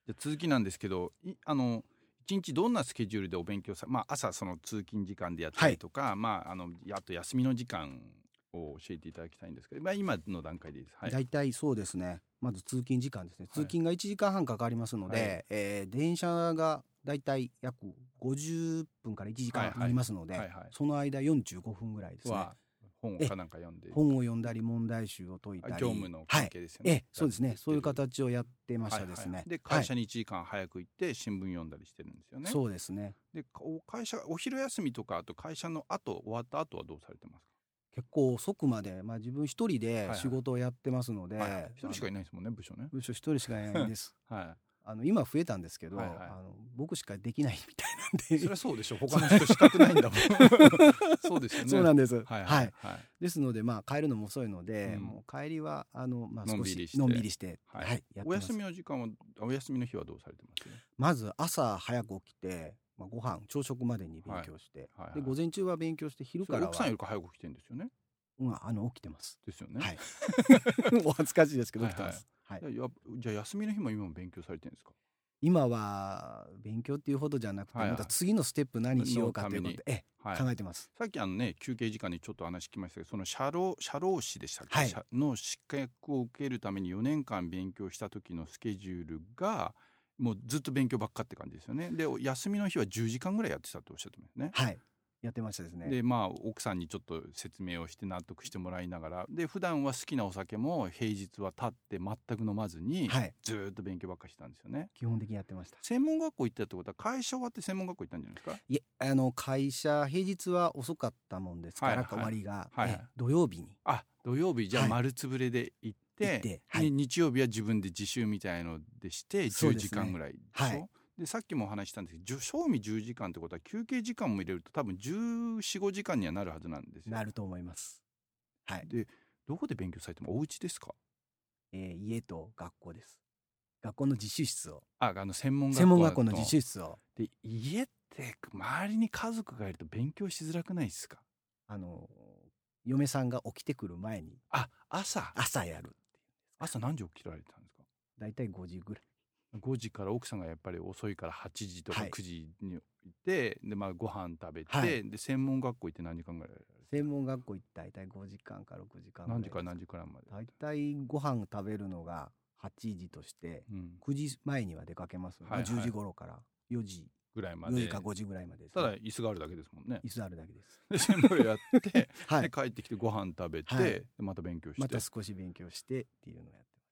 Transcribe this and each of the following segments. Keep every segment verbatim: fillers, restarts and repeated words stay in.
じゃ続きなんですけど、いあの一日どんなスケジュールでお勉強さ、まあ、朝その通勤時間でやったりとか、はい、まあ、あのあと休みの時間を教えていただきたいんですけど、まあ、今の段階でいいです。はい、 大体そうですね。まず通勤時間ですね。通勤がいちじかんはんかかりますので、はい、えー、電車が大体約ごじゅっぷんからいちじかんありますので、はいはいはいはい、その間よんじゅうごふんぐらいですね。 本かなんか読んで本を読んだり問題集を解いたり、 業務の関係ですよね。 はい、えそうですね。そういう形をやってましたですね。はいはい、 で会社にいちじかん早く行って新聞読んだりしてるんですよね。 そうですね。 で会社お昼休みとかあと会社の後終わった後はどうされてますか？ 結構遅くまで、まあ、自分一人で仕事をやってますので、 はいはいはい、一人しかいないですもんね、部署ね。 部署一人しかいないんです。 はい、 あの今増えたんですけど、はいはい、あの僕しかできないみたいなんで。 それはそうでしょ、他の人したくないんだもん。そうですよね。 そうなんです。はいはいはいはい、 ですので、まあ帰るのも遅いので、うん、もう帰りはあのまあ少しのんびりして、 はいはい、 やってます。 お休みの時間はお休みの日はどうされてます？ まず朝早く起きて、まあ、ご飯朝食までに勉強して、はいはいはい、で午前中は勉強して昼からは奥さんよりか早く起きてるんですよね。 うん、あの起きてますですよね。 はい、お恥ずかしいですけど起きてます。 はいはいはい、じゃあ休みの日も今も勉強されてるんですか？ 今は勉強っていうほどじゃなくて、はいはい、また次のステップ何しようかということで、ええ、考えてます。 さっきあのね休憩時間にちょっと話聞きましたけど、その社労社労士でしたっけ、はい、の資格を受けるためによねんかん勉強した時のスケジュールがもうずっと勉強ばっかって感じですよね。で休みの日はじゅうじかんぐらいやってたとおっしゃってますね。 はい、やってましたですね。 でまあ奥さんにちょっと説明をして納得してもらいながら、で普段は好きなお酒も平日は立って全く飲まずに、はい、ずっと勉強ばっかりしたんですよね。 基本的にやってました。 専門学校行ったってことは会社終わって専門学校行ったんじゃないですか？ いえ、あの会社平日は遅かったもんですから、はいはい、終わりが、はいはい、土曜日にあ土曜日じゃあ丸つぶれで行って、はい、はい、日曜日は自分で自習みたいのでしてじゅうじかんぐらいでしょ。はい、でさっきもお話したんですけど、賞味じゅうじかんってことは休憩時間も入れると多分じゅうよん、ごじかんにはなるはずなんですよ。 なると思います。はい。 でどこで勉強されてもお家ですか？ えー、家と学校です。学校の自習室を。 あ、あの専門学校専門学校の自習室を。 で家って周りに家族がいると勉強しづらくないですか？ あの嫁さんが起きてくる前に。 あ、朝朝やるっていう。 朝何時起きられたんですか？ だいたいごじぐらい。 ごじから奥さんがやっぱり遅いからはちじとかくじに行って、はい、でまあご飯食べて、はい、で専門学校行って何時間ぐらい？ 専門学校行って大体ごじかんかろくじかんぐらい。 何時から何時からまで？ 大体ご飯食べるのがはちじとして、うん、くじまえには出かけますので、はいはい、じゅうじ頃からよじぐらいまで、 よじかごじぐらいまでです、 ね、ただ椅子があるだけですもんね。 椅子あるだけです。 で専門やって、はい、で帰ってきてご飯食べて、はい、でまた勉強してまた少し勉強してっていうのをやってました。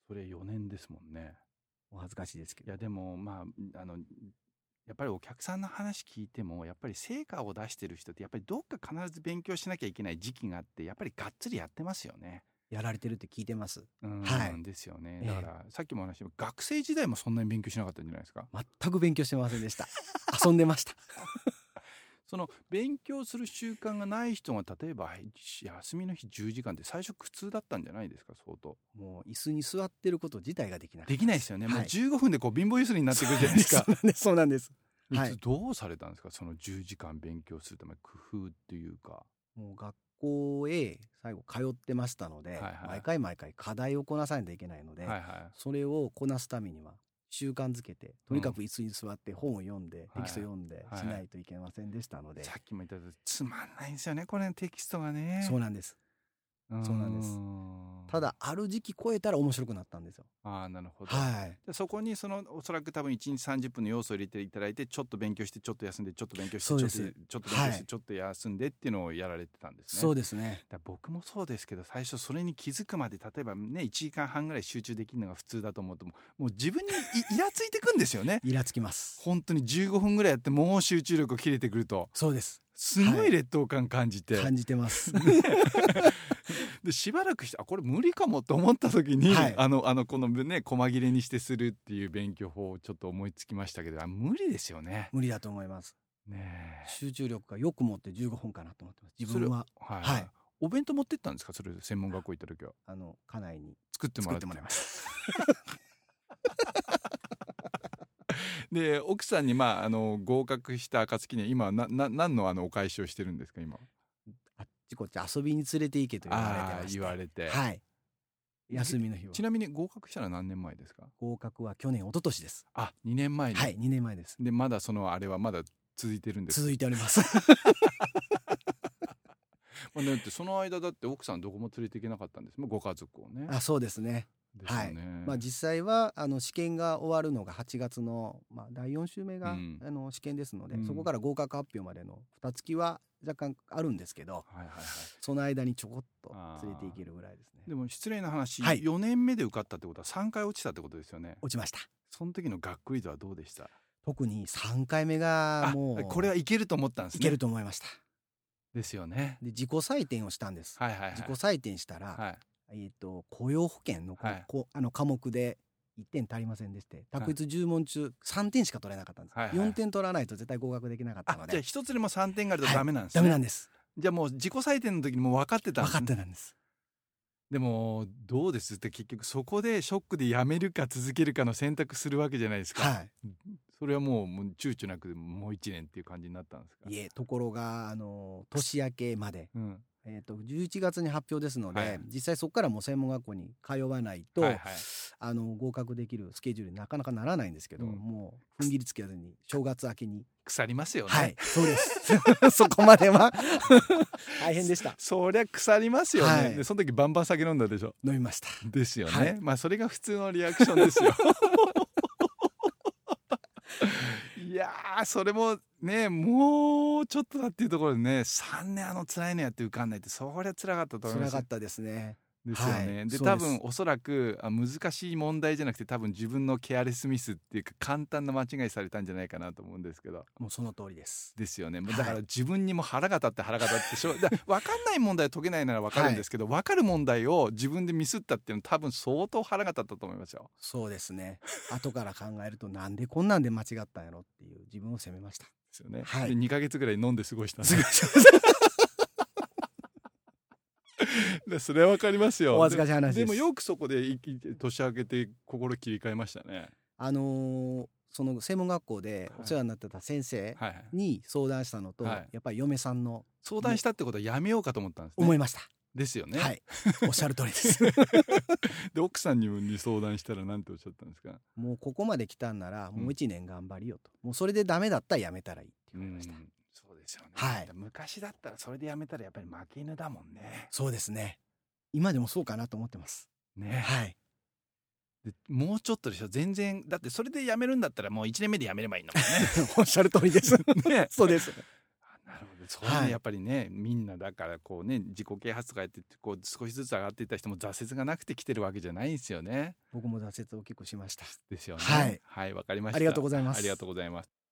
それよねんですもんね。 お恥ずかしいですけど。 いやでもまああのやっぱりお客さんの話聞いてもやっぱり成果を出してる人ってやっぱりどっか必ず勉強しなきゃいけない時期があって、やっぱりがっつりやってますよね。 やられてるって聞いてます。 うん、はい、ですよね。だから、えー、さっきも話した学生時代もそんなに勉強しなかったんじゃないですか？ 全く勉強してませんでした。遊んでました。 その勉強する習慣がない人が例えば休みの日じゅうじかんって最初苦痛だったんじゃないですか？相当。 もう椅子に座ってること自体ができない。 できないですよね。はい、もうじゅうごふんでこう貧乏ゆすりになってくるじゃないですか。 そうなんです。 はい、どうされたんですか？そのじゅうじかん勉強するための工夫っていうか。 もう学校へ最後通ってましたので、はいはい、毎回毎回課題をこなさないといけないので、はいはい、それをこなすためには習慣づけてとにかく椅子に座って本を読んで、うん、テキスト読んでしないといけませんでしたので、 はいはい、さっきも言ったとおりつまんないんですよね、これテキストがね。 そうなんです。そうなんです。ただある時期超えたら面白くなったんですよ。 ああ、なるほど。 はい、 でそこにそのおそらく多分いちにちさんじゅっぷんの要素を入れていただいて、ちょっと勉強してちょっと休んでちょっと勉強してちょっとちょっと勉強してちょっと休んでっていうのをやられてたんですね。 そうですね。 だ僕もそうですけど、最初それに気づくまで例えばねいちじかんはんぐらい集中できるのが普通だと思うと、もう自分にイラついてくんですよね。 イラつきます。 本当にじゅうごふんぐらいやってもう集中力切れてくると。 そうです。 すごい劣等感感じて、 はい、感じてます。 でしばらくしてあこれ無理かもと思った時に、はい、あのあのこのね細切れにしてするっていう勉強法をちょっと思いつきましたけど、あ無理ですよね。 無理だと思います。ね、集中力がよく持ってじゅうごふんかなと思ってます。自分は。 はい、はい、お弁当持ってったんですか？それ専門学校行った時は。 あの家内に作ってもらって作ってもらいます。 で奥さんに、まあ、あの合格した暁には今なな何のあのお返しをしてるんですか？今あっちこっち遊びに連れて行けと言われてまして、 言われて、 はい、 休みの日は。 ちなみに合格したら何年前ですか？ 合格は去年一昨年です。 あ、にねんまえに。 はい、にねんまえです。 でまだそのあれはまだ続いてるんですか？ 続いております。 まあだってその間だって奥さんどこも連れていけなかったんですもん、ご家族をね。 あ、そうですね。 ですよね。はい。 まあ実際はあの試験が終わるのがはちがつの、まあ、だいよん週目が、うん、あの試験ですので、うん、そこから合格発表までのに月は若干あるんですけど、はいはいはい、その間にちょこっと連れていけるぐらいですね。 でも失礼な話、はい、よねんめで受かったってことはさんかい落ちたってことですよね。 落ちました。 その時のがっくり度はどうでした？ 特にさんかいめがもうこれはいけると思ったんですね。 いけると思いました。 ですよね。 で自己採点をしたんです。はいはいはい、自己採点したら、はい、えーと、雇用保険の、はい、こあの科目でいってん足りませんでして、択一じゅう問中さんてんしか取れなかったんです、はいはい、よんてん取らないと絶対合格できなかったので。 じゃあ一つでもさんてんがあるとダメなんですね。 はい、ダメなんです。 じゃあもう自己採点の時にもう分かってたんですね。 分かってたんです。 でもどうですって結局そこでショックでやめるか続けるかの選択するわけじゃないですか。はい、それはもう、もう躊躇なくもういちねんっていう感じになったんですか？ いえ、ところがあの年明けまで、うんえー、とじゅういちがつに発表ですので、はい、実際そこからもう専門学校に通わないと、はいはい、あの合格できるスケジュールになかなかならないんですけど、うん、もう踏ん切りつけずに正月明けに腐りますよね。 はい、そうですそこまでは大変でした。 そりゃ腐りますよね、はい、でその時バンバン酒飲んだでしょ？ 飲みました。 ですよね、はい、まあそれが普通のリアクションですよいやーそれもねもうちょっとだっていうところでねさんねんあの辛いのやって受かんないってそりゃ辛かったと思います。 辛かったですね。 ですよね、はい、で多分おそらくあ難しい問題じゃなくて多分自分のケアレスミスっていうか簡単な間違いされたんじゃないかなと思うんですけど。 もうその通りです。 ですよね。だから自分にも腹が立って腹が立ってしょだ分かんない問題を解けないなら分かるんですけど、はい、分かる問題を自分でミスったっていうのは多分相当腹が立ったと思いますよ。 そうですね。後から考えるとなんでこんなんで間違ったんやろっていう自分を責めました。 ですよね、はい、でにかげつぐらい飲んで過ごしたんででそれはわかりますよ。 お恥ずかしい話です。 で, でもよくそこで年明けて心切り替えましたね。 あのー、その専門学校でお世話になってた先生に相談したのと、はいはいはい、やっぱり嫁さんの相談したってことはやめようかと思ったんですね。 思いました。 ですよね。 はい、おっしゃる通りですで奥さんに相談したら何ておっしゃったんですか？ もうここまで来たんならもういちねん頑張りよと、うん、もうそれでダメだったらやめたらいいって言われました。うん、 そうですよね、 はい、 昔だったらそれでやめたらやっぱり負け犬だもんね。 そうですね。今でもそうかなと思ってますね。 はい。 でもうちょっとでしょ。全然だってそれでやめるんだったらもういちねんめでやめればいいんだもんねおっしゃる通りですね。そうです。 なるほど。そういうのやっぱりね、はい、みんなだからこうね自己啓発とかやってこう少しずつ上がっていった人も挫折がなくて来てるわけじゃないんですよね。 僕も挫折を結構しました。 ですよね。 はい、 はい、わかりました。 ありがとうございます。 ありがとうございます。